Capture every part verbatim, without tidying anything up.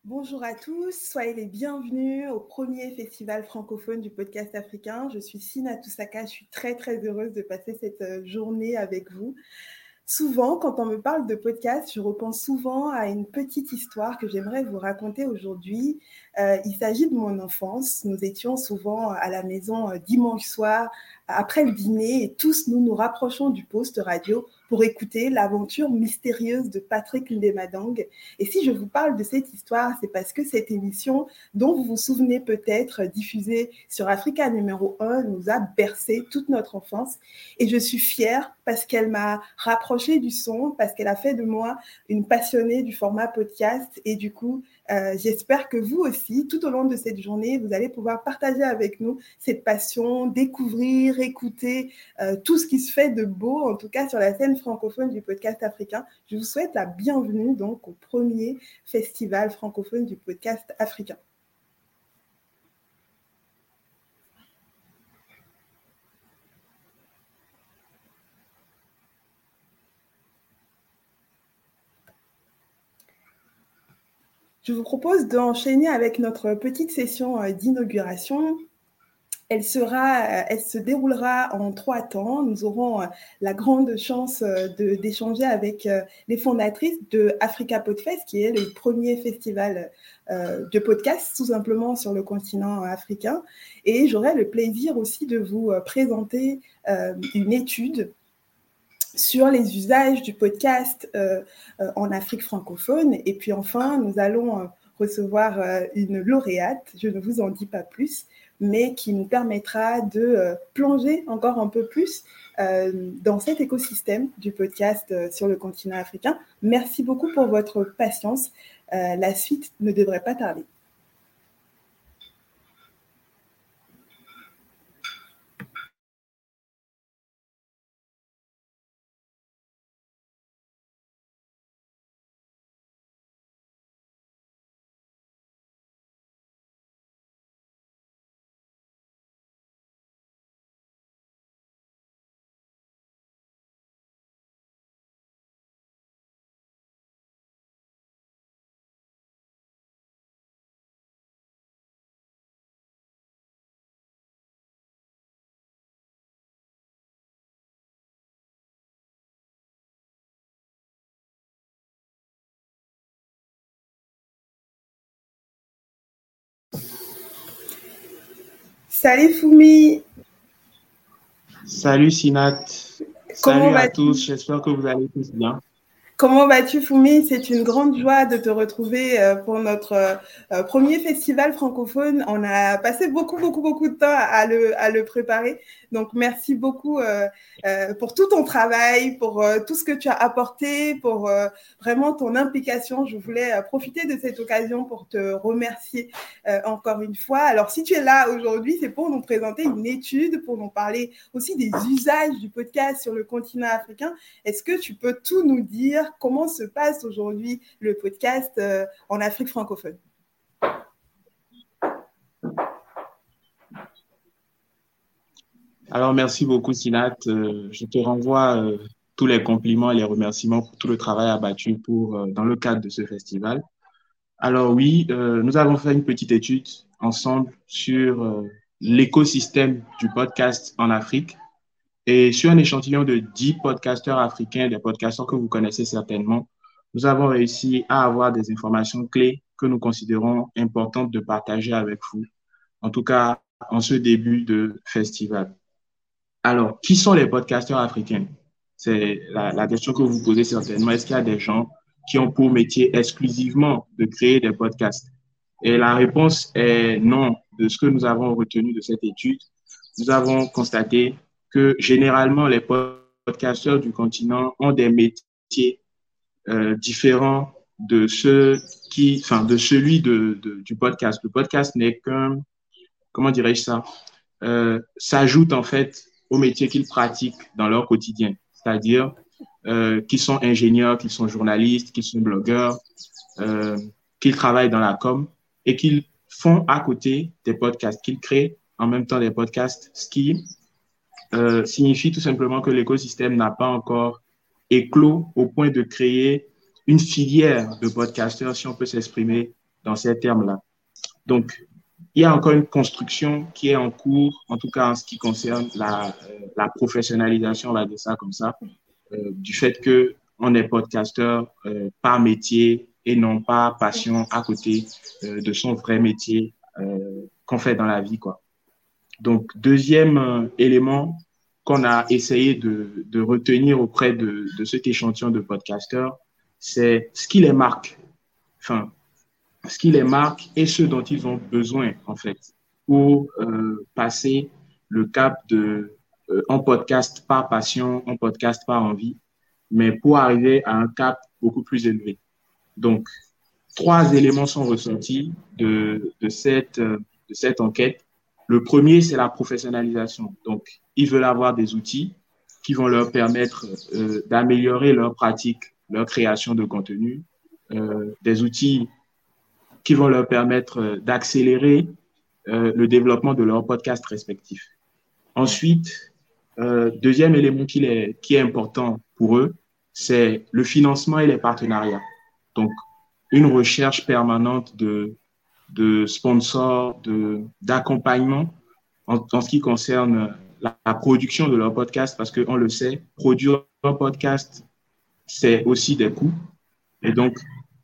Bonjour à tous, soyez les bienvenus au premier festival francophone du podcast africain. Je suis Sina Toussaka, je suis très très heureuse de passer cette journée avec vous. Souvent, quand on me parle de podcast, je repense souvent à une petite histoire que j'aimerais vous raconter aujourd'hui. Euh, il s'agit de mon enfance. Nous étions souvent à la maison euh, dimanche soir, après le dîner, et tous nous nous rapprochons du poste radio pour écouter l'aventure mystérieuse de Patrick Ndemadang. Et si je vous parle de cette histoire, c'est parce que cette émission, dont vous vous souvenez peut-être, diffusée sur Africa numéro un, nous a bercé toute notre enfance. Et je suis fière parce qu'elle m'a rapprochée du son, parce qu'elle a fait de moi une passionnée du format podcast. Et du coup, euh, j'espère que vous aussi, tout au long de cette journée, vous allez pouvoir partager avec nous cette passion, découvrir, écouter euh, tout ce qui se fait de beau, en tout cas sur la scène francophone du podcast africain. Je vous souhaite la bienvenue donc au premier festival francophone du podcast africain. Je vous propose d'enchaîner avec notre petite session d'inauguration. Elle, sera, elle se déroulera en trois temps. Nous aurons la grande chance de, d'échanger avec les fondatrices de Africa Podfest, qui est le premier festival de podcast, tout simplement sur le continent africain. Et j'aurai le plaisir aussi de vous présenter une étude sur les usages du podcast euh, euh, en Afrique francophone. Et puis enfin, nous allons euh, recevoir euh, une lauréate, je ne vous en dis pas plus, mais qui nous permettra de euh, plonger encore un peu plus euh, dans cet écosystème du podcast euh, sur le continent africain. Merci beaucoup pour votre patience. Euh, la suite ne devrait pas tarder. Salut Foumi. Salut Sinat. Comment Salut à vas-tu? tous, j'espère que vous allez tous bien. Comment vas-tu, Foumi? C'est une grande joie de te retrouver pour notre euh, premier festival francophone. On a passé beaucoup, beaucoup, beaucoup de temps à le, à le préparer. Donc, merci beaucoup euh, euh, pour tout ton travail, pour euh, tout ce que tu as apporté, pour euh, vraiment ton implication. Je voulais euh, profiter de cette occasion pour te remercier euh, encore une fois. Alors, si tu es là aujourd'hui, c'est pour nous présenter une étude, pour nous parler aussi des usages du podcast sur le continent africain. Est-ce que tu peux tout nous dire? Comment se passe aujourd'hui le podcast euh, en Afrique francophone? Alors, merci beaucoup, Sinat. Euh, je te renvoie euh, tous les compliments et les remerciements pour tout le travail abattu pour, euh, dans le cadre de ce festival. Alors oui, euh, nous avons fait une petite étude ensemble sur euh, l'écosystème du podcast en Afrique et sur un échantillon de dix podcasteurs africains, des podcasteurs que vous connaissez certainement. Nous avons réussi à avoir des informations clés que nous considérons importantes de partager avec vous, en tout cas en ce début de festival. Alors, qui sont les podcasteurs africains? C'est la, la question que vous posez certainement. Est-ce qu'il y a des gens qui ont pour métier exclusivement de créer des podcasts? Et la réponse est non. De ce que nous avons retenu de cette étude, nous avons constaté que généralement, les podcasteurs du continent ont des métiers euh, différents de ceux qui, enfin, de celui de, de, du podcast. Le podcast n'est qu'un, comment dirais-je ça, euh, s'ajoute en fait au métier qu'ils pratiquent dans leur quotidien, c'est-à-dire euh, qu'ils sont ingénieurs, qu'ils sont journalistes, qu'ils sont blogueurs, euh, qu'ils travaillent dans la com et qu'ils font à côté des podcasts, qu'ils créent en même temps des podcasts, ce qui euh, signifie tout simplement que l'écosystème n'a pas encore éclos au point de créer une filière de podcasteurs, si on peut s'exprimer dans ces termes-là. Donc, il y a encore une construction qui est en cours, en tout cas en ce qui concerne la, euh, la professionnalisation, on va dire ça comme ça, euh, du fait que on est podcasteur euh, par métier et non pas passion à côté euh, de son vrai métier euh, qu'on fait dans la vie, quoi. Donc, deuxième euh, élément qu'on a essayé de, de retenir auprès de, de cet échantillon de podcasteurs, c'est ce qui les marque. Enfin, ce qui les marque et ce dont ils ont besoin, en fait, pour euh, passer le cap de euh, en podcast par passion, en podcast par envie, mais pour arriver à un cap beaucoup plus élevé. Donc, trois éléments sont ressortis de, de, cette, de cette enquête. Le premier, c'est la professionnalisation. Donc, ils veulent avoir des outils qui vont leur permettre euh, d'améliorer leur pratique, leur création de contenu, euh, des outils qui vont leur permettre d'accélérer euh, le développement de leurs podcasts respectifs. Ensuite, euh, deuxième élément qui est, qui est important pour eux, c'est le financement et les partenariats. Donc, une recherche permanente de, de sponsors, de, d'accompagnement en, en ce qui concerne la, la production de leur podcast, parce qu'on le sait, produire un podcast, c'est aussi des coûts. Et donc,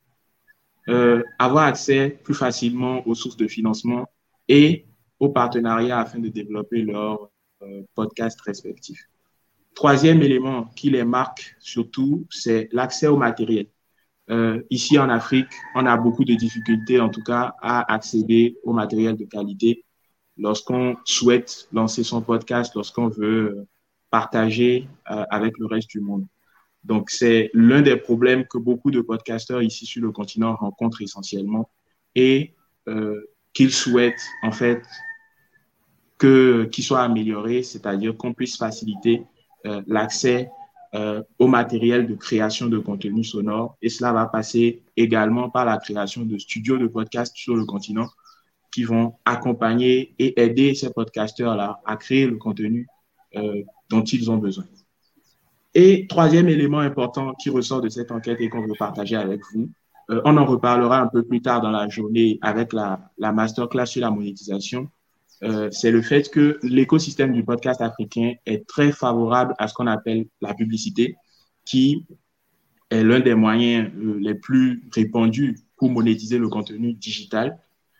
euh, avoir accès plus facilement aux sources de financement et aux partenariats afin de développer leurs euh, podcasts respectifs. Troisième élément qui les marque surtout, c'est l'accès au matériel. Euh, ici en Afrique, on a beaucoup de difficultés, en tout cas, à accéder au matériel de qualité lorsqu'on souhaite lancer son podcast, lorsqu'on veut partager euh, avec le reste du monde. Donc, c'est l'un des problèmes que beaucoup de podcasteurs ici sur le continent rencontrent essentiellement et euh, qu'ils souhaitent, en fait, que, qu'il soit amélioré, c'est-à-dire qu'on puisse faciliter euh, l'accès euh, au matériel de création de contenu sonore. Et cela va passer également par la création de studios de podcasts sur le continent qui vont accompagner et aider ces podcasteurs-là à créer le contenu euh, dont ils ont besoin. Et troisième élément important qui ressort de cette enquête et qu'on veut partager avec vous, euh, on en reparlera un peu plus tard dans la journée avec la, la masterclass sur la monétisation, euh, c'est le fait que l'écosystème du podcast africain est très favorable à ce qu'on appelle la publicité, qui est l'un des moyens euh, les plus répandus pour monétiser le contenu digital.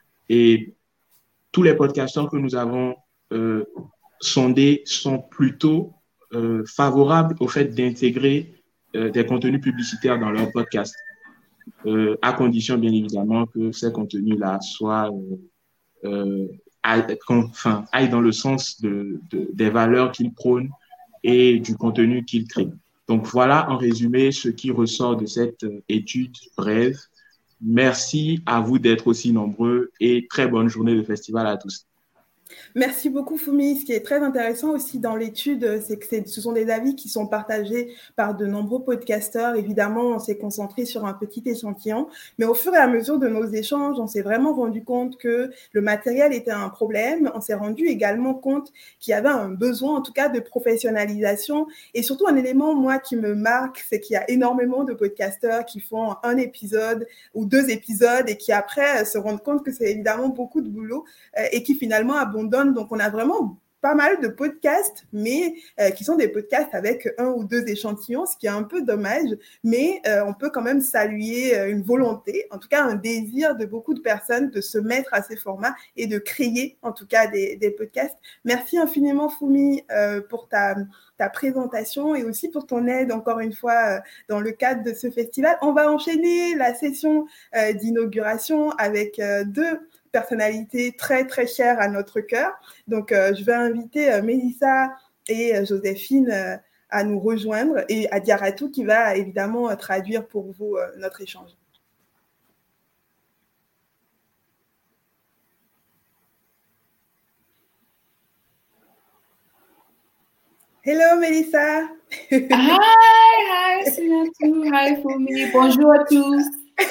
Et tous les podcasteurs que nous avons euh, sondés sont plutôt euh, favorables au fait d'intégrer euh, des contenus publicitaires dans leur podcast, euh, à condition bien évidemment que ces contenus-là soient euh, euh, aillent, enfin, aillent dans le sens de, de, des valeurs qu'ils prônent et du contenu qu'ils créent. Donc voilà en résumé ce qui ressort de cette étude brève. Merci à vous d'être aussi nombreux et très bonne journée de festival à tous. Merci beaucoup, Fumi. Ce qui est très intéressant aussi dans l'étude, c'est que c'est, ce sont des avis qui sont partagés par de nombreux podcasteurs. Évidemment, on s'est concentré sur un petit échantillon, mais au fur et à mesure de nos échanges, on s'est vraiment rendu compte que le matériel était un problème. On s'est rendu également compte qu'il y avait un besoin, en tout cas, de professionnalisation. Et surtout, un élément, moi, qui me marque, c'est qu'il y a énormément de podcasteurs qui font un épisode ou deux épisodes et qui, après, se rendent compte que c'est évidemment beaucoup de boulot et qui, finalement, abandonnent. Donc, on a vraiment pas mal de podcasts, mais euh, qui sont des podcasts avec un ou deux échantillons, ce qui est un peu dommage, mais euh, on peut quand même saluer euh, une volonté, en tout cas un désir de beaucoup de personnes de se mettre à ces formats et de créer en tout cas des, des podcasts. Merci infiniment, Fumi, euh, pour ta, ta présentation et aussi pour ton aide, encore une fois, euh, dans le cadre de ce festival. On va enchaîner la session euh, d'inauguration avec euh, deux personnalités très, très chères à notre cœur. Donc, euh, je vais inviter euh, Mélissa et euh, Joséphine euh, à nous rejoindre et à Diaratou qui va évidemment euh, traduire pour vous euh, notre échange. Hello, Mélissa. Hi, hi, Sinatou. Hi, Fumi. Bonjour à tous.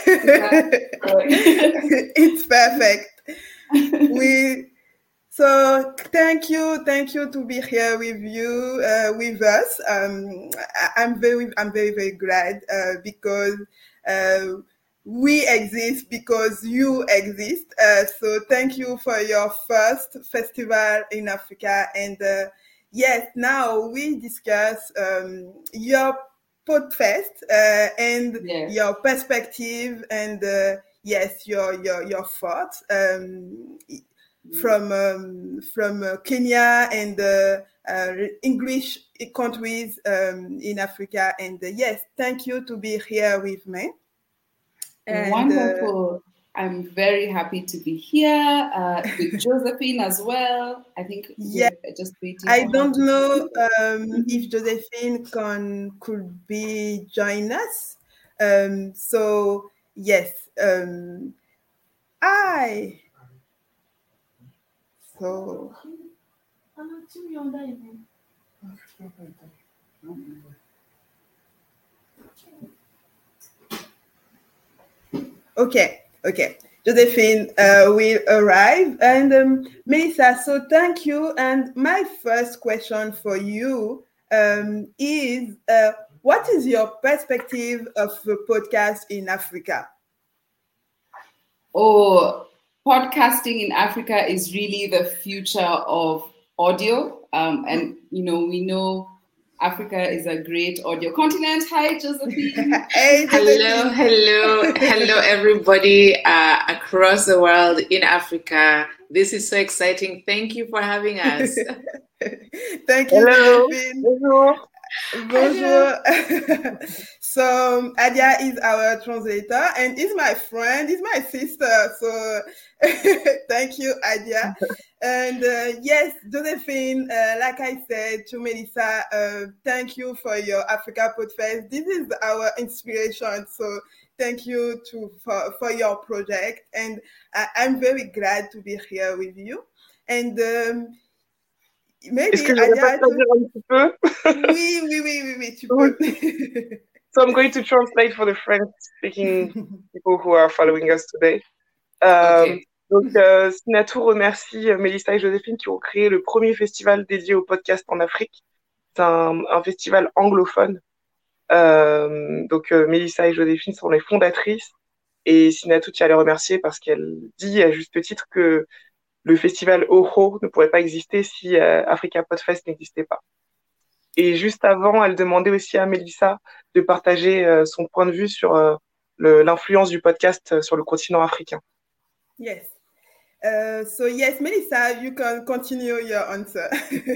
It's perfect. We So thank you, thank you to be here with you, uh, with us. Um, I, I'm very, I'm very, very glad uh, because uh, we exist because you exist. Uh, so thank you for your first festival in Africa. And uh, yes, now we discuss um, your Podfest uh, and Yes. your perspective and uh, yes, your your your thoughts um, from um, from uh, Kenya and uh, uh, English countries um, in Africa. And uh, yes, thank you to be here with me. And, Wonderful. Uh, I'm very happy to be here uh, with Josephine as well. I think yeah, just waiting. I don't know um, mm-hmm. if Josephine can could be join us. Um, so yes, um, I. So. Okay, okay. Josephine uh, will arrive. And um, Melissa, so thank you. And my first question for you um, is, uh, what is your perspective of the podcast in Africa? Oh, podcasting in Africa is really the future of audio. Um, and, you know, we know Africa is a great audio continent. Hi, Josephine. Hey, hello, hello, hello, everybody uh, across the world in Africa. This is so exciting. Thank you for having us. Thank you, hello. Josephine. Bonjour. Bonjour. So Adia is our translator and is my friend, is my sister. So thank you, Adia. And uh, yes, Josephine, uh, like I said to Melissa, uh, thank you for your Africa Podfest. This is our inspiration. So thank you to for, for your project. And I, I'm very glad to be here with you. And um, maybe Est-ce que je peux traduire un petit peu? Oui, oui, oui, oui, oui, tu peux. So I'm going to translate for the French-speaking people who are following us today. Um, okay. Donc, euh, Sinatou remercie Mélissa et Joséphine qui ont créé le premier festival dédié au podcast en Afrique. C'est un, un festival anglophone. Euh, donc, euh, Mélissa et Joséphine sont les fondatrices. Et Sinatou tient à les remercier parce qu'elle dit à juste titre que le festival Oho ne pourrait pas exister si euh, Africa Podfest n'existait pas. Et juste avant, elle demandait aussi à Mélissa de partager euh, son point de vue sur euh, le, l'influence du podcast sur le continent africain. Yes. Uh, so yes, Melissa, you can continue your answer.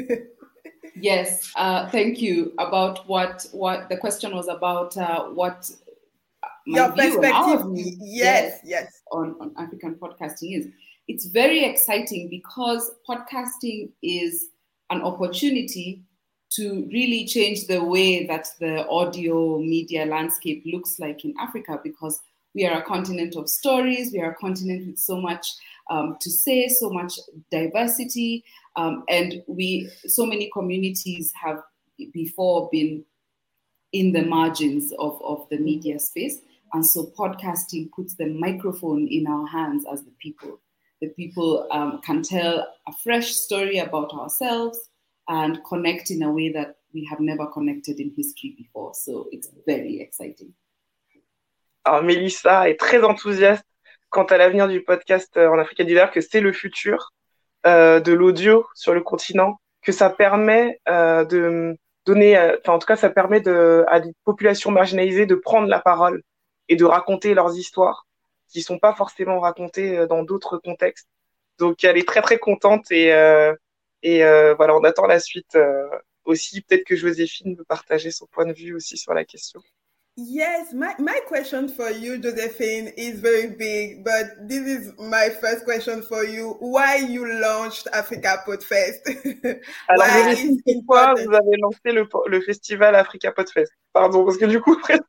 Yes, uh, thank you. About what what the question was about uh, what my your view perspective. And view, yes, yes, yes. On, on African podcasting is. It's very exciting because podcasting is an opportunity to really change the way that the audio media landscape looks like in Africa, because we are a continent of stories, we are a continent with so much um, to say, so much diversity, um, and we so many communities have before been in the margins of, of the media space, and so podcasting puts the microphone in our hands as the people. The people um, can tell a fresh story about ourselves and connect in a way that we have never connected in history before. So it's very exciting. Alors, Mélissa est très enthousiaste quant à l'avenir du podcast en Afrique du Nord, que c'est le futur euh, de l'audio sur le continent, que ça permet euh, de donner, enfin en tout cas ça permet de, à des populations marginalisées de prendre la parole et de raconter leurs histoires qui sont pas forcément racontées dans d'autres contextes. Donc elle est très très contente et euh, et euh, voilà, on attend la suite euh, aussi. Peut-être que Joséphine veut partager son point de vue aussi sur la question. Yes, my, my question for you, Josephine, is very big, but this is my first question for you. Why you launched Africa Podfest? Alors, Joséphine, pourquoi vous avez lancé le, le festival Africa Podfest? Pardon, parce que du coup, après,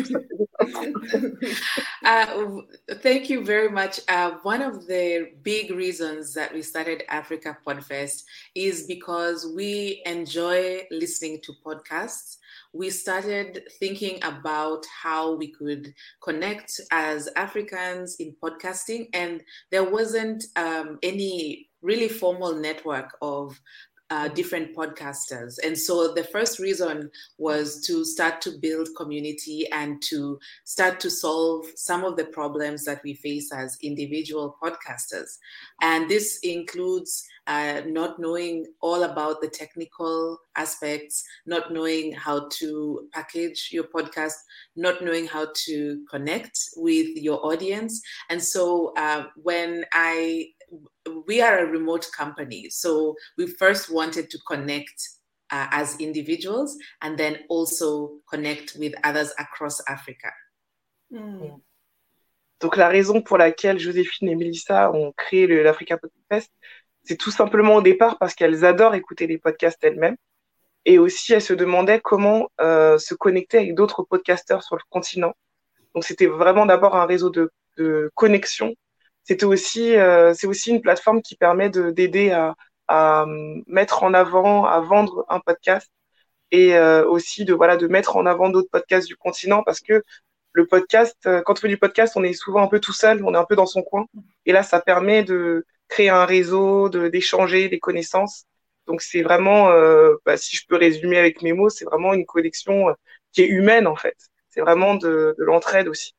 uh, thank you very much. Uh, one of the big reasons that we started Africa Podfest is because we enjoy listening to podcasts. We started thinking about how we could connect as Africans in podcasting, and there wasn't um, any really formal network of uh, different podcasters. And so the first reason was to start to build community and to start to solve some of the problems that we face as individual podcasters. And this includes uh, not knowing all about the technical aspects, not knowing how to package your podcast, not knowing how to connect with your audience. And so uh, when I we are a remote company, so we first wanted to connect uh, as individuals and then also connect with others across Africa. Mm. Donc la raison pour laquelle Joséphine et Melissa ont créé le, l'Africa Podfest, c'est tout simplement au départ parce qu'elles adorent écouter les podcasts elles-mêmes et aussi elles se demandaient comment euh, se connecter avec d'autres podcasteurs sur le continent. Donc c'était vraiment d'abord un réseau de, de connexion. C'était aussi, euh, c'est aussi une plateforme qui permet de, d'aider à, à mettre en avant, à vendre un podcast et euh, aussi de, voilà, de mettre en avant d'autres podcasts du continent parce que le podcast, quand on fait du podcast, on est souvent un peu tout seul, on est un peu dans son coin. Et là, ça permet de créer un réseau, de, d'échanger des connaissances. Donc c'est vraiment, euh, bah, si je peux résumer avec mes mots, c'est vraiment une connexion qui est humaine en fait. C'est vraiment de, de l'entraide aussi.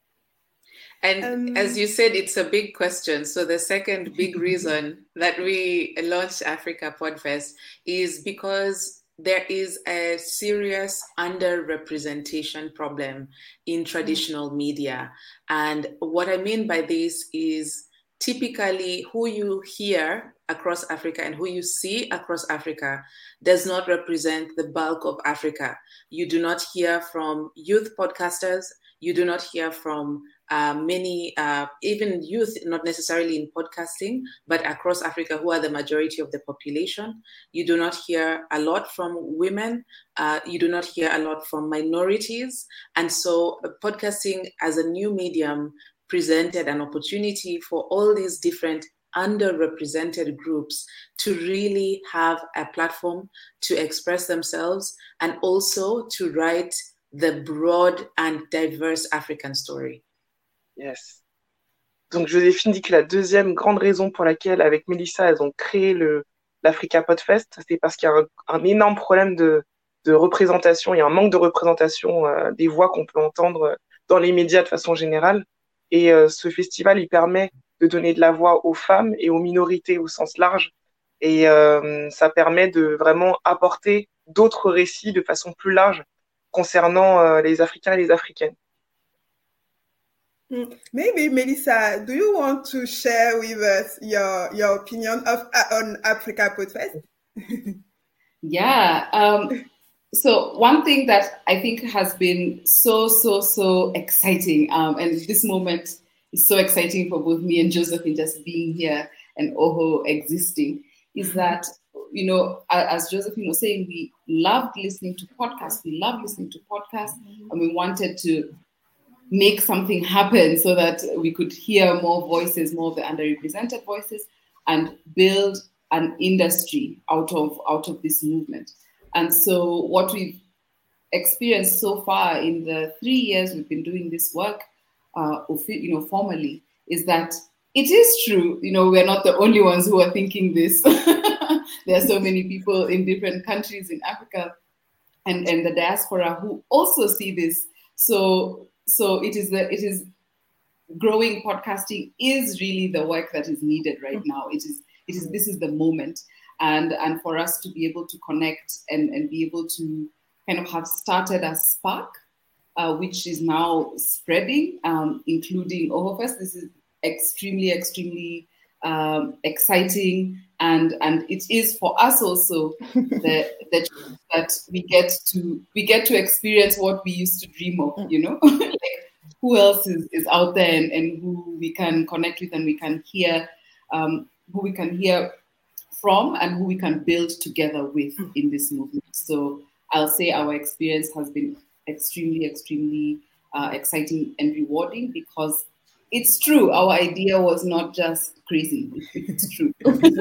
And um, as you said, it's a big question. So the second big reason that we launched Africa Podfest is because there is a serious underrepresentation problem in traditional media. And what I mean by this is typically who you hear across Africa and who you see across Africa does not represent the bulk of Africa. You do not hear from youth podcasters. You do not hear from uh, many, uh, even youth, not necessarily in podcasting, but across Africa, who are the majority of the population. You do not hear a lot from women. Uh, you do not hear a lot from minorities. And so uh, podcasting as a new medium presented an opportunity for all these different underrepresented groups to really have a platform to express themselves and also to write the broad and diverse African story. Yes. Donc Joséphine dit que la deuxième grande raison pour laquelle, avec Melissa, elles ont créé le, l'Africa Podfest, c'est parce qu'il y a un, un énorme problème de, de représentation, il y a un manque de représentation euh, des voix qu'on peut entendre dans les médias de façon générale. Et euh, ce festival, il permet de donner de la voix aux femmes et aux minorités au sens large. Et euh, ça permet de vraiment apporter d'autres récits de façon plus large concernant euh, les Africains et les Africaines. Maybe, Melissa, do you want to share with us your, your opinion of, uh, on Africa Podfest? Yeah. Um, so one thing that I think has been so, so, so exciting, um, and this moment is so exciting for both me and Josephine just being here and Oho existing, is that, you know, as Josephine was saying, we loved listening to podcasts. We loved listening to podcasts, and we wanted to make something happen so that we could hear more voices, more of the underrepresented voices, and build an industry out of out of this movement. And so what we've experienced so far in the three years we've been doing this work, uh, you know, formally, is that it is true. You know, we're not the only ones who are thinking this. There are so many people in different countries in Africa and, and the diaspora who also see this. So so it is the it is growing podcasting is really the work that is needed right now. It is it is this is the moment. And and for us to be able to connect and, and be able to kind of have started a spark, uh, which is now spreading, um, including OhoFest. This is extremely, extremely um, exciting. And and it is for us also the, the that we get to we get to experience what we used to dream of, you know, like who else is, is out there and, and who we can connect with and we can hear, um, who we can hear from and who we can build together with in this movement. So I'll say our experience has been extremely, extremely uh, exciting and rewarding because it's true. Our idea was not just crazy. It's true.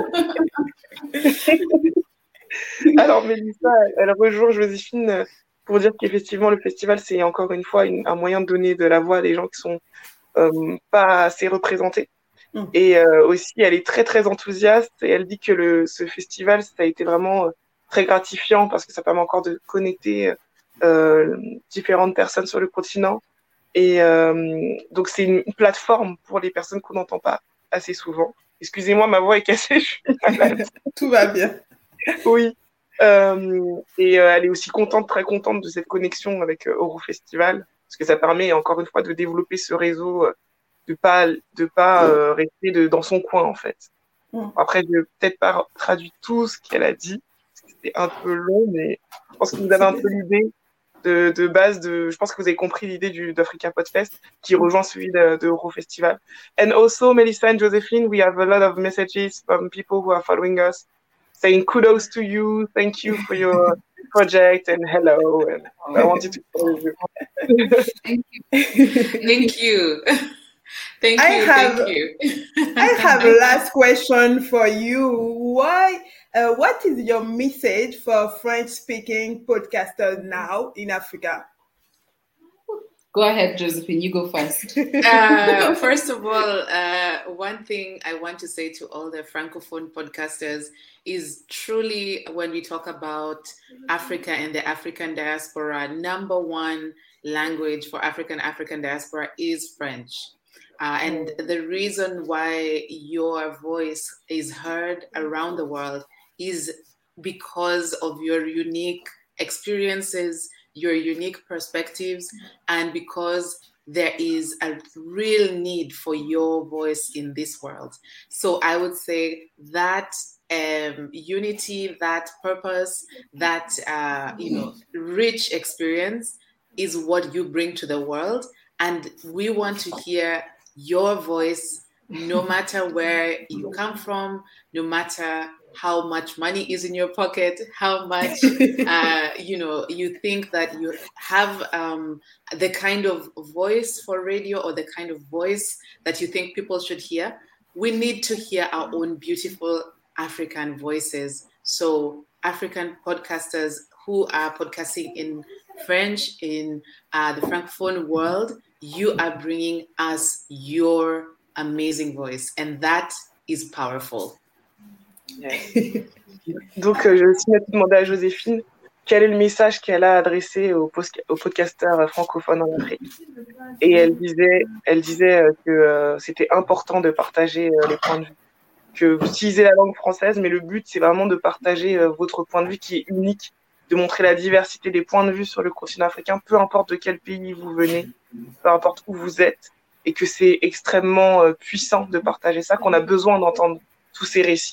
Alors, Melissa, elle rejoint Joséphine pour dire qu'effectivement, le festival, c'est encore une fois une, un moyen de donner de la voix à des gens qui sont euh, pas assez représentés. Mmh. Et euh, aussi, elle est très, très enthousiaste et elle dit que le, ce festival, ça a été vraiment euh, très gratifiant parce que ça permet encore de connecter euh, différentes personnes sur le continent. Et euh, donc, c'est une plateforme pour les personnes qu'on n'entend pas assez souvent. Excusez-moi, ma voix est cassée, je suis malade. Tout va bien. Oui. Euh, et euh, elle est aussi contente, très contente de cette connexion avec euh, Eurofestival, parce que ça permet encore une fois de développer ce réseau, euh, de pas de pas euh, rester de, dans son coin en fait. Mm. Après, je vais peut-être pas traduire tout ce qu'elle a dit, parce que c'était un peu long, mais je pense que vous avez un peu l'idée de, de base de. Je pense que vous avez compris l'idée du d'Africa Podfest qui rejoint celui de, de Eurofestival. And also, Melissa and Josephine, we have a lot of messages from people who are following us, saying kudos to you, thank you for your project, and hello. And I wanted to follow you. Thank you. Thank you. Thank you. I have, thank you. I have a last question for you. Why? Uh, what is your message for French-speaking podcasters now in Africa? Go ahead, Josephine. You go first. uh, first of all, uh, one thing I want to say to all the Francophone podcasters is truly when we talk about Africa and the African diaspora, number one language for African African diaspora is French. Uh, and the reason why your voice is heard around the world is because of your unique experiences, your unique perspectives, and because there is a real need for your voice in this world. So I would say that um, unity, that purpose, that uh, you know, rich experience is what you bring to the world. And we want to hear your voice, no matter where you come from, no matter how much money is in your pocket, how much uh, you know you think that you have um, the kind of voice for radio or the kind of voice that you think people should hear. We need to hear our own beautiful African voices. So African podcasters who are podcasting in French, in uh, the Francophone world, you are bringing us your amazing voice, and that is powerful. Yeah. Donc, euh, je vais aussi demander à Joséphine quel est le message qu'elle a adressé aux, post- aux podcasteurs francophones en Afrique. Et elle disait, elle disait euh, que euh, c'était important de partager euh, les points de vue, que vous utilisez la langue française, mais le but, c'est vraiment de partager euh, votre point de vue qui est unique, de montrer la diversité des points de vue sur le continent africain, peu importe de quel pays vous venez, peu importe où vous êtes, et que c'est extrêmement euh, puissant de partager ça, qu'on a besoin d'entendre tous ces récits.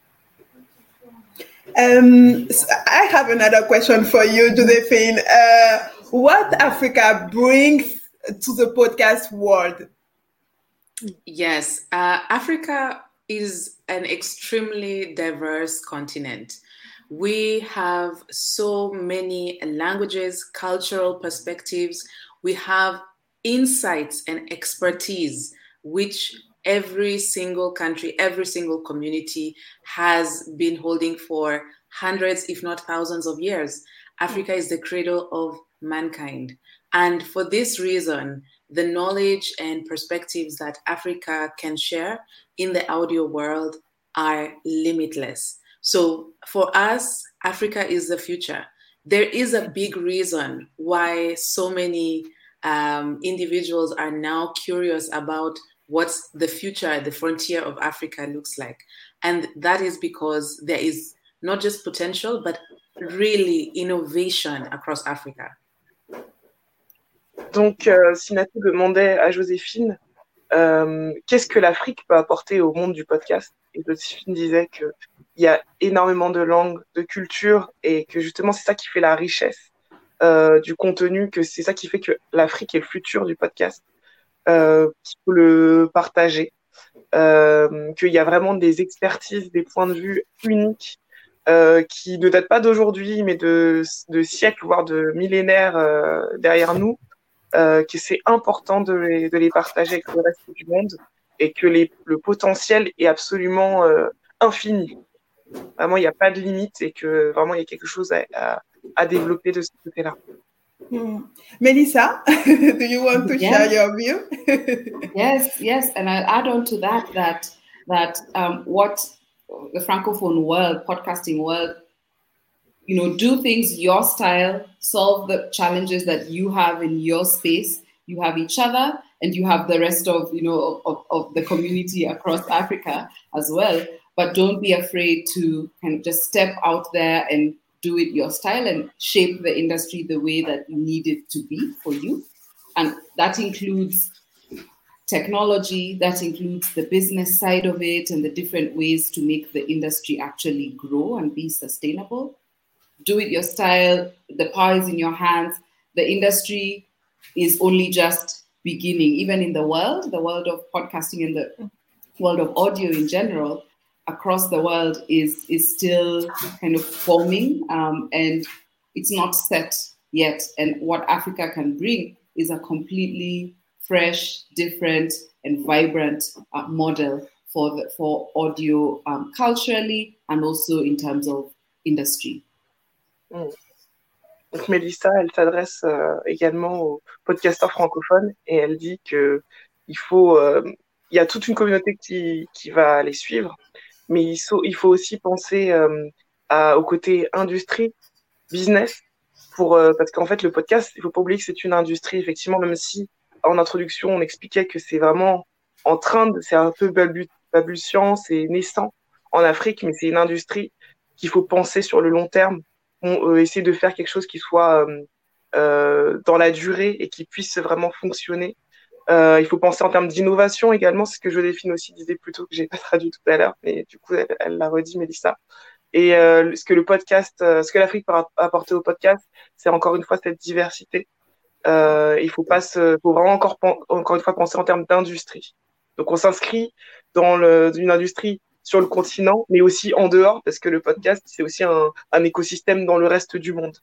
Um, so I have another question for you, Josephine. Uh, what Africa brings to the podcast world? Yes, uh, Africa is an extremely diverse continent. We have so many languages, cultural perspectives. We have insights and expertise, which every single country, every single community has been holding for hundreds, if not thousands of years. Africa is the cradle of mankind. And for this reason, the knowledge and perspectives that Africa can share in the audio world are limitless. So for us, Africa is the future. There is a big reason why so many um, individuals are now curious about what the future, the frontier of Africa looks like. And that is because there is not just potential, but really innovation across Africa. Donc, euh, Sinatou demandait à Joséphine euh, qu'est-ce que l'Afrique peut apporter au monde du podcast. Et Joséphine disait qu'il y a énormément de langues, de cultures, et que justement, c'est ça qui fait la richesse euh, du contenu, que c'est ça qui fait que l'Afrique est le futur du podcast. Euh, qu'il faut le partager, euh, qu'il y a vraiment des expertises, des points de vue uniques euh, qui ne datent pas d'aujourd'hui, mais de, de siècles, voire de millénaires euh, derrière nous, euh, que c'est important de les, de les partager avec le reste du monde et que les, le potentiel est absolument euh, infini. Vraiment, il n'y a pas de limite et que vraiment, il y a quelque chose à, à, à développer de ce côté-là. Mm. Melissa, do you want to yes. share your view? yes, yes, and I'll add on to that that that um, what the Francophone world, podcasting world, you know, do things your style, solve the challenges that you have in your space. You have each other, and you have the rest of you know of, of the community across Africa as well. But don't be afraid to kind of just step out there and do it your style and shape the industry the way that you need it to be for you. And that includes technology, that includes the business side of it and the different ways to make the industry actually grow and be sustainable. Do it your style. The power is in your hands. The industry is only just beginning, even in the world, the world of podcasting and the world of audio in general. Across the world is is still kind of forming um, and it's not set yet. And what Africa can bring is a completely fresh, different, and vibrant uh, model for the, for audio um, culturally and also in terms of industry. Mm. Donc Mélissa, elle s'adresse euh, également aux podcasteurs francophones et elle dit que il faut, euh, il y a toute une communauté qui qui va les suivre. Mais il faut, il faut aussi penser euh, à, au côté industrie, business, pour, euh, parce qu'en fait, le podcast, il ne faut pas oublier que c'est une industrie, effectivement, même si en introduction, on expliquait que c'est vraiment en train de, c'est un peu balbu, balbutiant, c'est naissant en Afrique, mais c'est une industrie qu'il faut penser sur le long terme, on, euh, essayer de faire quelque chose qui soit euh, euh, dans la durée et qui puisse vraiment fonctionner. Euh, il faut penser en termes d'innovation également, c'est ce que Joséphine aussi disait plus tôt, que j'ai pas traduit tout à l'heure, mais du coup, elle, elle l'a redit, Mélissa. Et euh, ce que le podcast, euh, ce que l'Afrique peut apporter au podcast, c'est encore une fois cette diversité. Euh, il faut pas se, faut vraiment encore, encore une fois penser en termes d'industrie. Donc, on s'inscrit dans le, une industrie sur le continent, mais aussi en dehors, parce que le podcast, c'est aussi un, un écosystème dans le reste du monde.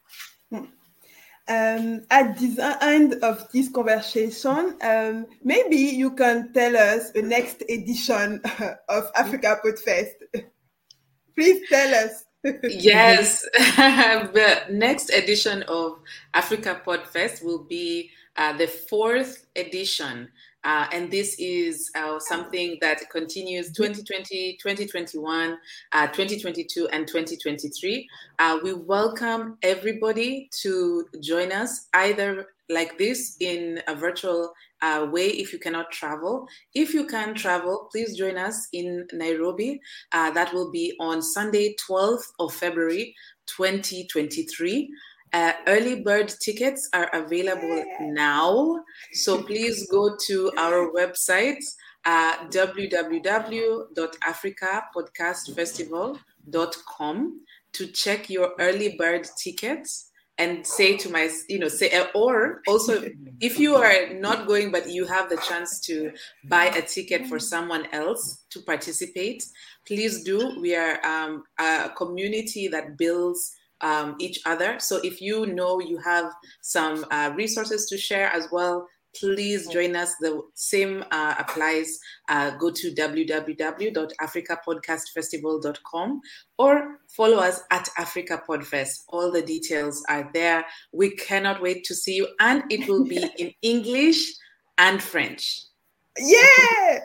Um, at the end of this conversation, um, maybe you can tell us the next edition of Africa Podfest. Please tell us. Yes, the next edition of Africa Podfest will be uh, the fourth edition. Uh, and this is uh, something that continues twenty twenty, twenty twenty-one, uh, twenty twenty-two, and twenty twenty-three. Uh, we welcome everybody to join us either like this in a virtual uh, way if you cannot travel. If you can travel, please join us in Nairobi. Uh, that will be on Sunday, twelfth of February, twenty twenty-three. Uh, early bird tickets are available now, so please go to our website, uh, w w w dot africa podcast festival dot com, to check your early bird tickets and say to my, you know, say, or also if you are not going but you have the chance to buy a ticket for someone else to participate, please do. We are um, a community that builds Um, each other. So if you know you have some uh, resources to share as well, please join us. The same uh, applies. Uh, go to w w w dot africa podcast festival dot com or follow us at Africa Podfest. All the details are there. We cannot wait to see you, and it will be in English and French. Yeah!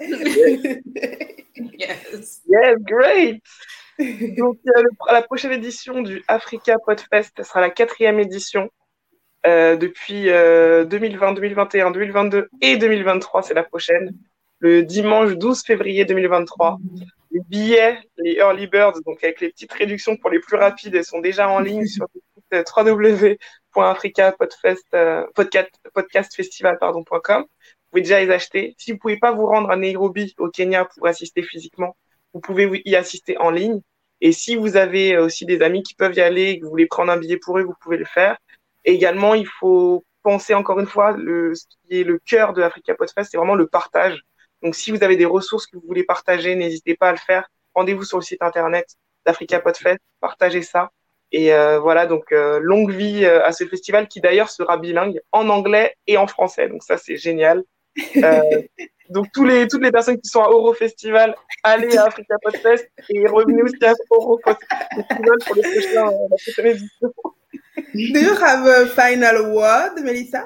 Yes. Yeah, great! Donc, euh, le, la prochaine édition du Africa Podfest, ce sera la quatrième édition euh, depuis euh, deux mille vingt, deux mille vingt et un, deux mille vingt-deux et deux mille vingt-trois, c'est la prochaine, le dimanche douze février deux mille vingt-trois. Les billets, les early birds, donc avec les petites réductions pour les plus rapides, elles sont déjà en ligne sur le site w w w point africa podfest podcast festival pardon .com. Vous pouvez déjà les acheter. Si vous ne pouvez pas vous rendre à Nairobi, au Kenya, pour assister physiquement, vous pouvez y assister en ligne. Et si vous avez aussi des amis qui peuvent y aller et que vous voulez prendre un billet pour eux, vous pouvez le faire. Et également, il faut penser encore une fois, le, ce qui est le cœur de Africa Podfest, c'est vraiment le partage. Donc, si vous avez des ressources que vous voulez partager, n'hésitez pas à le faire. Rendez-vous sur le site internet d'Africa Podfest, partagez ça. Et euh, voilà, donc euh, longue vie euh, à ce festival qui d'ailleurs sera bilingue en anglais et en français. Donc ça, c'est génial. Euh, donc tous les, toutes les personnes qui sont à Eurofestival, allez à Africa Podfest et revenez aussi à Eurofestival pour les prochains, la prochaine édition. Do you have a final word, Melissa?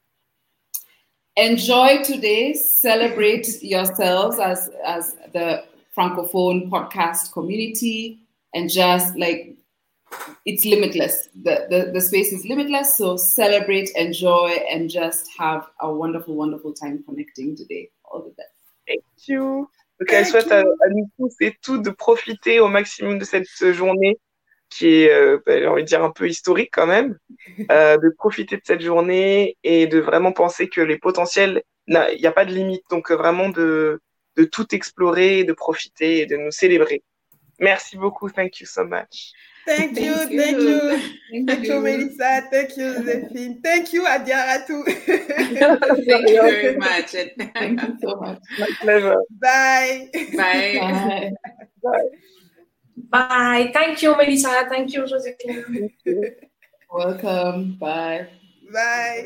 Enjoy today, celebrate yourselves as, as the Francophone podcast community, and just like, it's limitless. The, the, the space is limitless, so celebrate, enjoy, and just have a wonderful, wonderful time connecting today. All the best. Thank you. Donc, elle souhaite à, à nous tous et toutes de profiter au maximum de cette journée qui est, euh, j'ai envie de dire, un peu historique quand même, euh, de profiter de cette journée et de vraiment penser que les potentiels, il n'y a pas de limite, donc vraiment de, de tout explorer, de profiter et de nous célébrer. Merci beaucoup. Thank you so much. Thank you, thank you, thank you, thank you Melissa, thank you, Joséphine, thank you, Adiaratou. Thank you very much. Thank you so much. My pleasure. Bye. Bye. Bye. Bye. Bye. Thank you, Melissa. Thank you, Joséphine. Thank you. Welcome. Bye. Bye.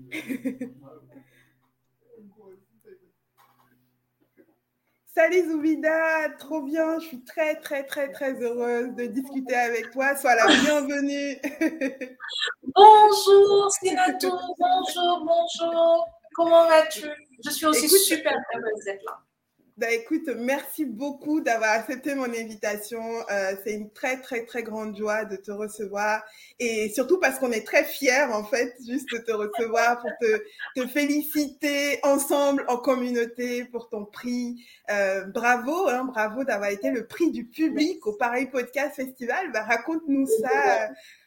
Salut Zoubida, trop bien, je suis très très très très heureuse de discuter avec toi, sois la bienvenue. Bonjour Sinatou, bonjour, bonjour, comment vas-tu? Je suis aussi Écoute, super heureuse d'être là. Bah écoute, merci beaucoup d'avoir accepté mon invitation. Euh, c'est une très, très, très grande joie de te recevoir. Et surtout parce qu'on est très fiers, en fait, juste de te recevoir pour te, te féliciter ensemble en communauté pour ton prix. Euh, bravo, hein, bravo d'avoir été le prix du public au Paris Podcast Festival. Bah, raconte-nous ça.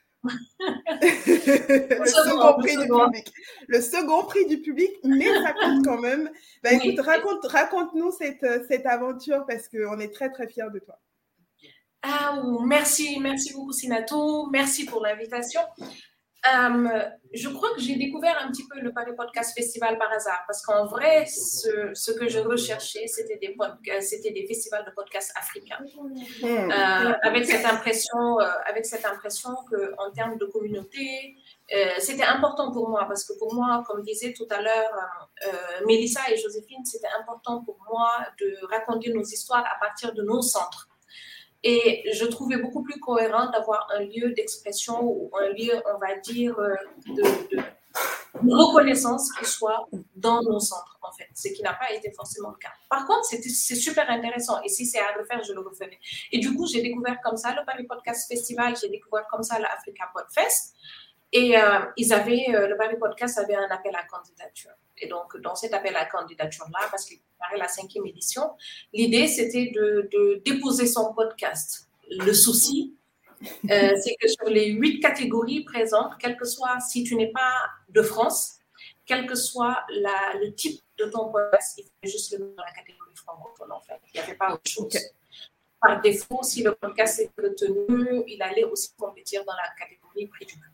le second prix du public. Le second prix du public, mais ça compte quand même. Bah, oui. Écoute, raconte, raconte-nous cette, cette aventure parce qu'on est très, très fiers de toi. Ah, merci, merci beaucoup Sinatou. Merci pour l'invitation. Um, je crois que j'ai découvert un petit peu le Paris Podcast Festival par hasard parce qu'en vrai, ce, ce que je recherchais, c'était des, podcasts, c'était des festivals de podcasts africains. Mmh. Euh, avec cette impression, euh, avec cette impression qu'en termes de communauté, euh, c'était important pour moi parce que pour moi, comme disait tout à l'heure euh, Melissa et Joséphine, c'était important pour moi de raconter nos histoires à partir de nos centres. Et je trouvais beaucoup plus cohérent d'avoir un lieu d'expression ou un lieu, on va dire, de, de, de reconnaissance qui soit dans nos centres, en fait, ce qui n'a pas été forcément le cas. Par contre, c'est super intéressant et si c'est à refaire, je le referai. Et du coup, j'ai découvert comme ça le Paris Podcast Festival, j'ai découvert comme ça l'Africa Podfest. Et euh, ils avaient, euh, le Paris Podcast avait un appel à candidature. Et donc, dans cet appel à candidature-là, parce qu'il paraît la cinquième édition, l'idée, c'était de, de déposer son podcast. Le souci, euh, c'est que sur les huit catégories présentes, quel que soit, si tu n'es pas de France, quel que soit la, le type de ton podcast, il fallait juste le mettre dans la catégorie francophone, en fait. Il n'y avait pas autre chose. Okay. Par défaut, si le podcast est retenu, il allait aussi compétir dans la catégorie prix du public.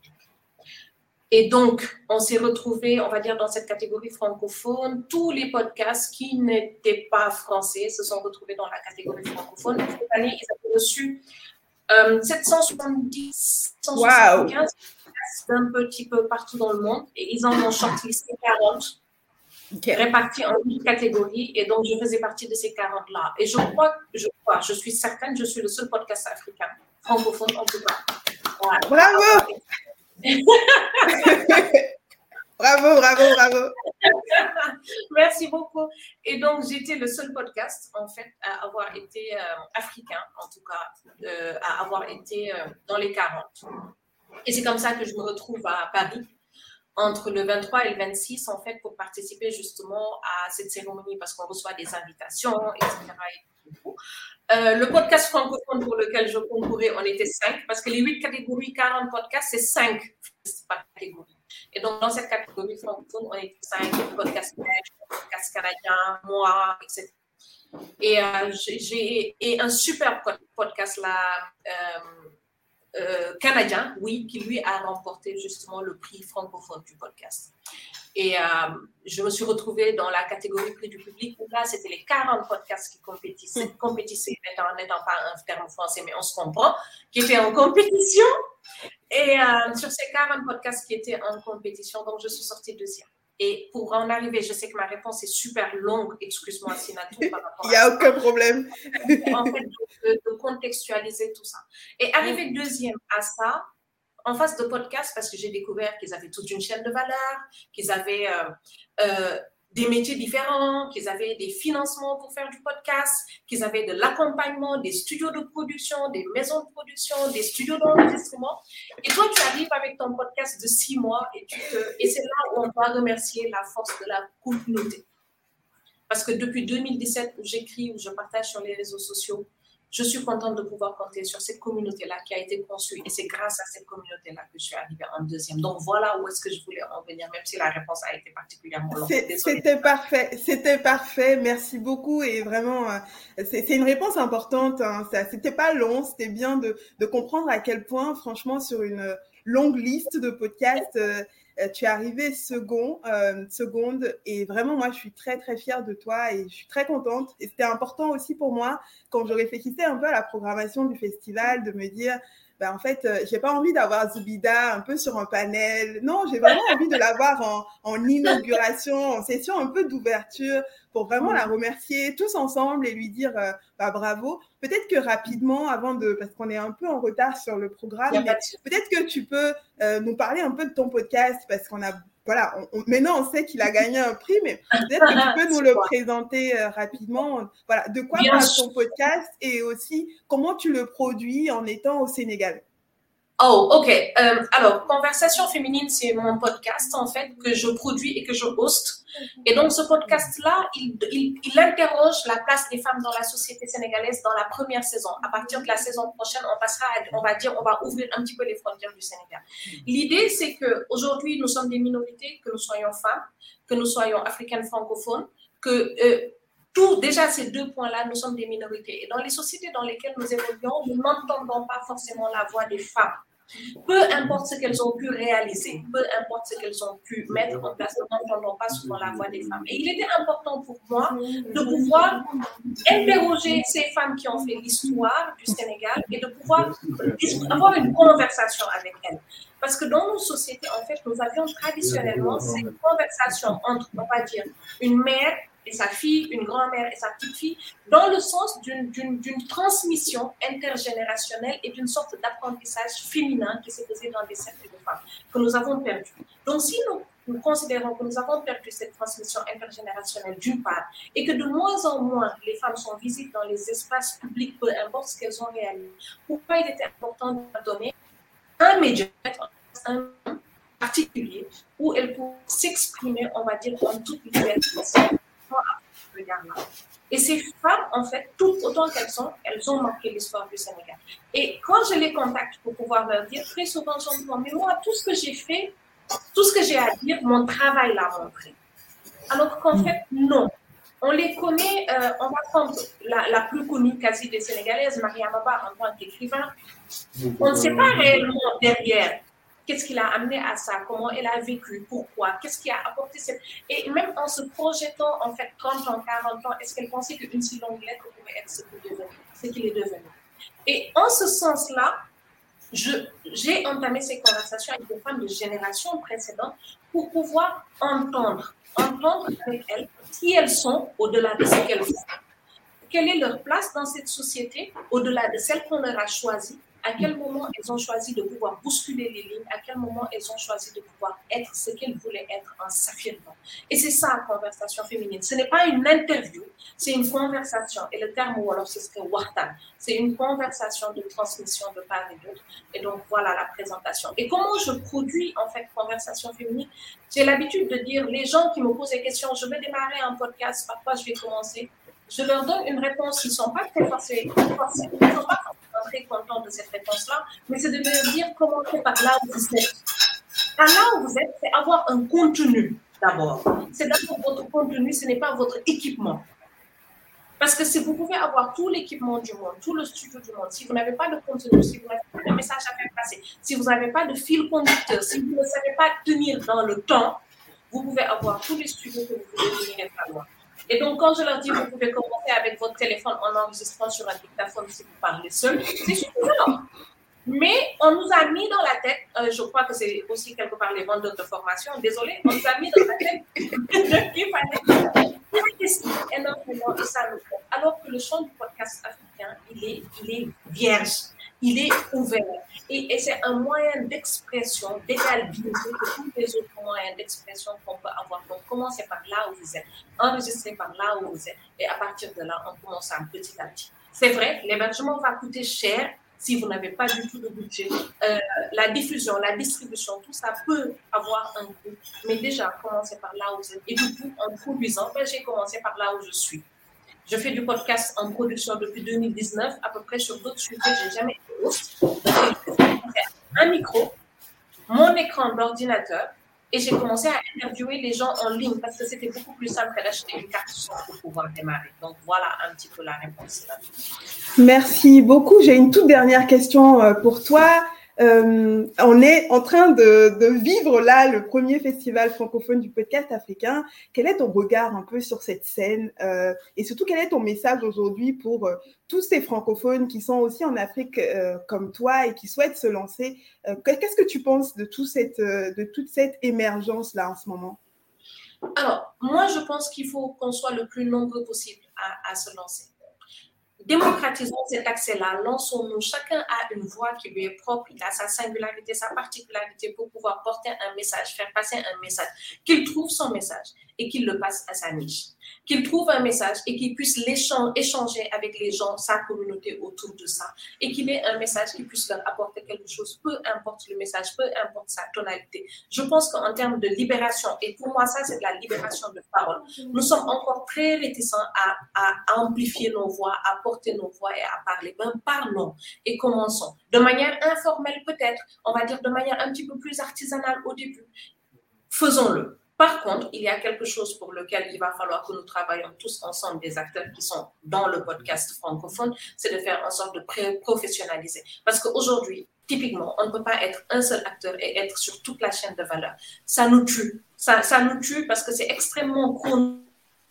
Et donc, on s'est retrouvés, on va dire, dans cette catégorie francophone. Tous les podcasts qui n'étaient pas français se sont retrouvés dans la catégorie francophone. Cette année, ils avaient reçu euh, sept cent soixante-dix, sept cent soixante-quinze podcasts d'un petit peu partout dans le monde. Et ils en ont shortlisté quarante, okay. répartis en huit catégories. Et donc, je faisais partie de ces quarante-là. Et je crois, je crois, je suis certaine, je suis le seul podcast africain, francophone en tout cas. Voilà. Bravo! Bravo, bravo, bravo. Merci beaucoup. Et donc, j'étais le seul podcast, en fait, à avoir été euh, africain, en tout cas, euh, à avoir été euh, dans les quarante. Et c'est comme ça que je me retrouve à Paris, entre le vingt-trois et le vingt-six, en fait, pour participer justement à cette cérémonie, parce qu'on reçoit des invitations, et cetera. Et tout. Euh, le podcast francophone pour lequel je concourais, on était cinq, parce que les huit catégories, quarante podcasts, c'est cinq par catégorie. Et donc, dans cette catégorie francophone, on était cinq, podcasts podcast canadiens, moi, et cetera. Et euh, j'ai et un super podcast là, euh, euh, canadien, oui, qui lui a remporté justement le prix francophone du podcast. Et euh, je me suis retrouvée dans la catégorie prix du public où là, c'était les quarante podcasts qui compétissaient, mmh. compétissaient n'étant pas un terme français, mais on se comprend, qui étaient en compétition. Et euh, sur ces quarante podcasts qui étaient en compétition, donc je suis sortie deuxième. Et pour en arriver, je sais que ma réponse est super longue, excuse-moi Sinatou par rapport à Il n'y a aucun problème. En fait, de, de contextualiser tout ça. Et arriver deuxième à ça, en face de podcast parce que j'ai découvert qu'ils avaient toute une chaîne de valeur, qu'ils avaient euh, euh, des métiers différents, qu'ils avaient des financements pour faire du podcast, qu'ils avaient de l'accompagnement, des studios de production, des maisons de production, des studios d'enregistrement. Et toi, tu arrives avec ton podcast de six mois et, tu te... et c'est là où on doit remercier la force de la communauté. Parce que depuis deux mille dix-sept, où j'écris, où je partage sur les réseaux sociaux, je suis contente de pouvoir compter sur cette communauté-là qui a été conçue. Et c'est grâce à cette communauté-là que je suis arrivée en deuxième. Donc, voilà où est-ce que je voulais en venir, même si la réponse a été particulièrement longue. C'était parfait. C'était parfait. Merci beaucoup. Et vraiment, c'est une réponse importante. Hein. C'était pas long. C'était bien de, de comprendre à quel point, franchement, sur une longue liste de podcasts, euh, tu es arrivé second, euh, seconde. Et vraiment, moi, je suis très, très fière de toi et je suis très contente. Et c'était important aussi pour moi, quand je réfléchissais un peu à la programmation du festival, de me dire, ben, en fait, euh, j'ai pas envie d'avoir Zoubida un peu sur un panel. Non, j'ai vraiment envie de l'avoir en, en inauguration, en session un peu d'ouverture, pour vraiment la remercier tous ensemble et lui dire euh, bah, bravo. Peut-être que rapidement, avant de, parce qu'on est un peu en retard sur le programme, mais peut-être que tu peux euh, nous parler un peu de ton podcast, parce qu'on a, voilà, on, on, maintenant on sait qu'il a gagné un prix, mais peut-être que tu peux nous le présenter euh, rapidement. Voilà, de quoi parle ton podcast et aussi comment tu le produis en étant au Sénégal. Oh, ok. Euh, alors, Conversation féminine, c'est mon podcast, en fait, que je produis et que je hoste. Et donc, ce podcast-là, il, il, il interroge la place des femmes dans la société sénégalaise dans la première saison. À partir de la saison prochaine, on passera, à, on va dire, on va ouvrir un petit peu les frontières du Sénégal. L'idée, c'est qu'aujourd'hui, nous sommes des minorités, que nous soyons femmes, que nous soyons africaines francophones, que... Euh, Tout, déjà, ces deux points-là, nous sommes des minorités. Et dans les sociétés dans lesquelles nous évoluons, nous n'entendons pas forcément la voix des femmes. Peu importe ce qu'elles ont pu réaliser, peu importe ce qu'elles ont pu mettre en place, nous n'entendons pas souvent la voix des femmes. Et il était important pour moi de pouvoir interroger ces femmes qui ont fait l'histoire du Sénégal et de pouvoir avoir une conversation avec elles. Parce que dans nos sociétés, en fait, nous avions traditionnellement ces conversations entre, on va dire, une mère et sa fille, une grand-mère et sa petite-fille, dans le sens d'une, d'une, d'une transmission intergénérationnelle et d'une sorte d'apprentissage féminin qui s'est posé dans des cercles de femmes, que nous avons perdu. Donc, si nous, nous considérons que nous avons perdu cette transmission intergénérationnelle d'une part, et que de moins en moins les femmes sont visibles dans les espaces publics, peu importe ce qu'elles ont réalisé, pourquoi il était important de leur donner un média, un particulier, où elles peuvent s'exprimer, on va dire, en toute liberté. Et ces femmes, en fait, toutes autant qu'elles sont, elles ont marqué l'histoire du Sénégal. Et quand je les contacte pour pouvoir leur dire, très souvent, je me dis, mais moi, tout ce que j'ai fait, tout ce que j'ai à dire, mon travail l'a montré. Alors qu'en fait, non. On les connaît, euh, on va prendre la, la plus connue quasi des Sénégalaises, Mariam Abba, en tant qu'écrivain. On ne sait pas réellement derrière qu'est-ce qui l'a amené à ça, comment elle a vécu, pourquoi, qu'est-ce qui a apporté cette... Et même en se projetant, en fait, trente ans, quarante ans, est-ce qu'elle pensait qu'une si longue lettre pouvait être ce qu'il est devenu, ce qu'il est devenu. Et en ce sens-là, je, j'ai entamé ces conversations avec des femmes de générations précédentes pour pouvoir entendre, entendre avec elles qui elles sont au-delà de ce qu'elles font. Quelle est leur place dans cette société, au-delà de celle qu'on leur a choisie? À quel moment elles ont choisi de pouvoir bousculer les lignes, à quel moment elles ont choisi de pouvoir être ce qu'elles voulaient être en s'affirmant. Et c'est ça la conversation féminine. Ce n'est pas une interview, c'est une conversation. Et le terme wolof, ce serait wartan. C'est une conversation de transmission de part et d'autre. Et donc voilà la présentation. Et comment je produis en fait conversation féminine? J'ai l'habitude de dire, les gens qui me posent des questions, je vais démarrer un podcast, par quoi je vais commencer? Je leur donne une réponse, ils ne sont pas très forcés, ils ne sont pas très contents de cette réponse-là, mais c'est de leur dire commencez par là où vous êtes. Par là où vous êtes, c'est avoir un contenu d'abord. C'est d'abord votre contenu, ce n'est pas votre équipement. Parce que si vous pouvez avoir tout l'équipement du monde, tout le studio du monde, si vous n'avez pas de contenu, si vous n'avez pas de message à faire passer, si vous n'avez pas de fil conducteur, si vous ne savez pas tenir dans le temps, vous pouvez avoir tous les studios que vous voulez venir à loin. Et donc, quand je leur dis, vous pouvez commencer avec votre téléphone en enregistrant sur un dictaphone si vous parlez seul, c'est suffisant. Mais on nous a mis dans la tête, euh, je crois que c'est aussi quelque part les vendeurs de formation, désolé, on nous a mis dans la tête qu'il fallait investir énormément et ça nous fait. Alors que le champ du podcast africain, il est, il est vierge, il est ouvert. Et, et c'est un moyen d'expression, d'égalité que tous les autres moyens d'expression qu'on peut avoir. Donc, commencez par là où vous êtes, enregistrez par là où vous êtes, et à partir de là, on commence à petit à petit. C'est vrai, l'hébergement va coûter cher si vous n'avez pas du tout de budget. Euh, la diffusion, la distribution, tout ça peut avoir un coût, mais déjà, commencez par là où vous êtes. Et du coup, en produisant, ben, j'ai commencé par là où je suis. Je fais du podcast en production depuis deux mille dix-neuf, à peu près sur d'autres sujets, je n'ai jamais été host. J'ai un micro, mon écran d'ordinateur, et j'ai commencé à interviewer les gens en ligne parce que c'était beaucoup plus simple que d'acheter une carte son pour pouvoir démarrer. Donc voilà un petit peu la réponse. Merci beaucoup. J'ai une toute dernière question pour toi. Euh, on est en train de, de vivre là le premier festival francophone du podcast africain. Quel est ton regard un peu sur cette scène euh, et surtout quel est ton message aujourd'hui pour euh, tous ces francophones qui sont aussi en Afrique euh, comme toi et qui souhaitent se lancer? euh, Qu'est-ce que tu penses de, tout cette, euh, de toute cette émergence là en ce moment? Alors, moi je pense qu'il faut qu'on soit le plus nombreux possible à, à se lancer. Démocratisons cet accès-là, lançons-nous. Chacun a une voix qui lui est propre, il a sa singularité, sa particularité pour pouvoir porter un message, faire passer un message. Qu'il trouve son message et qu'il le passe à sa niche. Qu'il trouve un message et qu'il puisse échanger avec les gens, sa communauté autour de ça. Et qu'il ait un message qui puisse leur apporter quelque chose, peu importe le message, peu importe sa tonalité. Je pense qu'en termes de libération, et pour moi ça c'est de la libération de parole, nous sommes encore très réticents à, à, à amplifier nos voix, à porter nos voix et à parler. Ben parlons et commençons. De manière informelle peut-être, on va dire de manière un petit peu plus artisanale au début. Faisons-le. Par contre, il y a quelque chose pour lequel il va falloir que nous travaillions tous ensemble, des acteurs qui sont dans le podcast francophone, c'est de faire en sorte de professionnaliser. Parce qu'aujourd'hui, typiquement, on ne peut pas être un seul acteur et être sur toute la chaîne de valeur. Ça nous tue. Ça, ça nous tue parce que c'est extrêmement chronophage,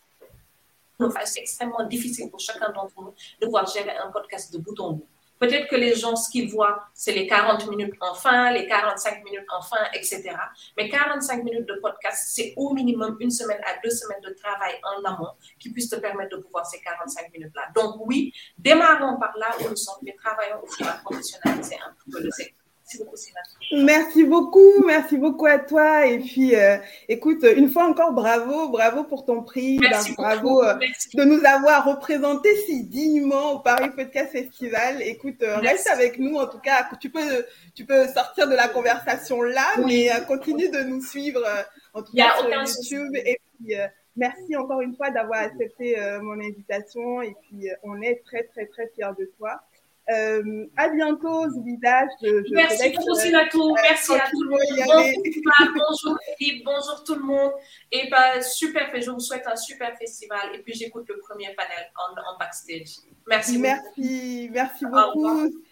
c'est extrêmement difficile pour chacun d'entre nous de pouvoir gérer un podcast de bout en bout. Peut-être que les gens, ce qu'ils voient, c'est les quarante minutes en fin, les quarante-cinq minutes en fin, et cetera. Mais quarante-cinq minutes de podcast, c'est au minimum une semaine à deux semaines de travail en amont qui puisse te permettre de pouvoir ces quarante-cinq minutes-là. Donc oui, démarrons par là où nous sommes, mais travaillons aussi à professionnaliser un peu le secteur. Merci beaucoup, Sina. Merci beaucoup, merci beaucoup à toi. Et puis, euh, écoute, une fois encore, bravo, bravo pour ton prix. Merci ben, bravo euh, de nous avoir représentés si dignement au Paris Podcast Festival. Écoute, euh, reste avec nous. En tout cas, tu peux, tu peux sortir de la conversation là, oui. mais euh, continue de nous suivre, euh, en tout cas sur YouTube. Souci. Et puis, euh, merci encore une fois d'avoir accepté euh, mon invitation. Et puis, euh, on est très, très, très fiers de toi. Euh, à bientôt, Zubida. Je, je Merci beaucoup, Sinatou. Euh, Merci à tout le monde. Bonjour, Philippe. Bonjour tout le monde. Et bah, super. Je vous souhaite un super festival. Et puis, j'écoute le premier panel en, en backstage. Merci beaucoup. Merci, merci beaucoup.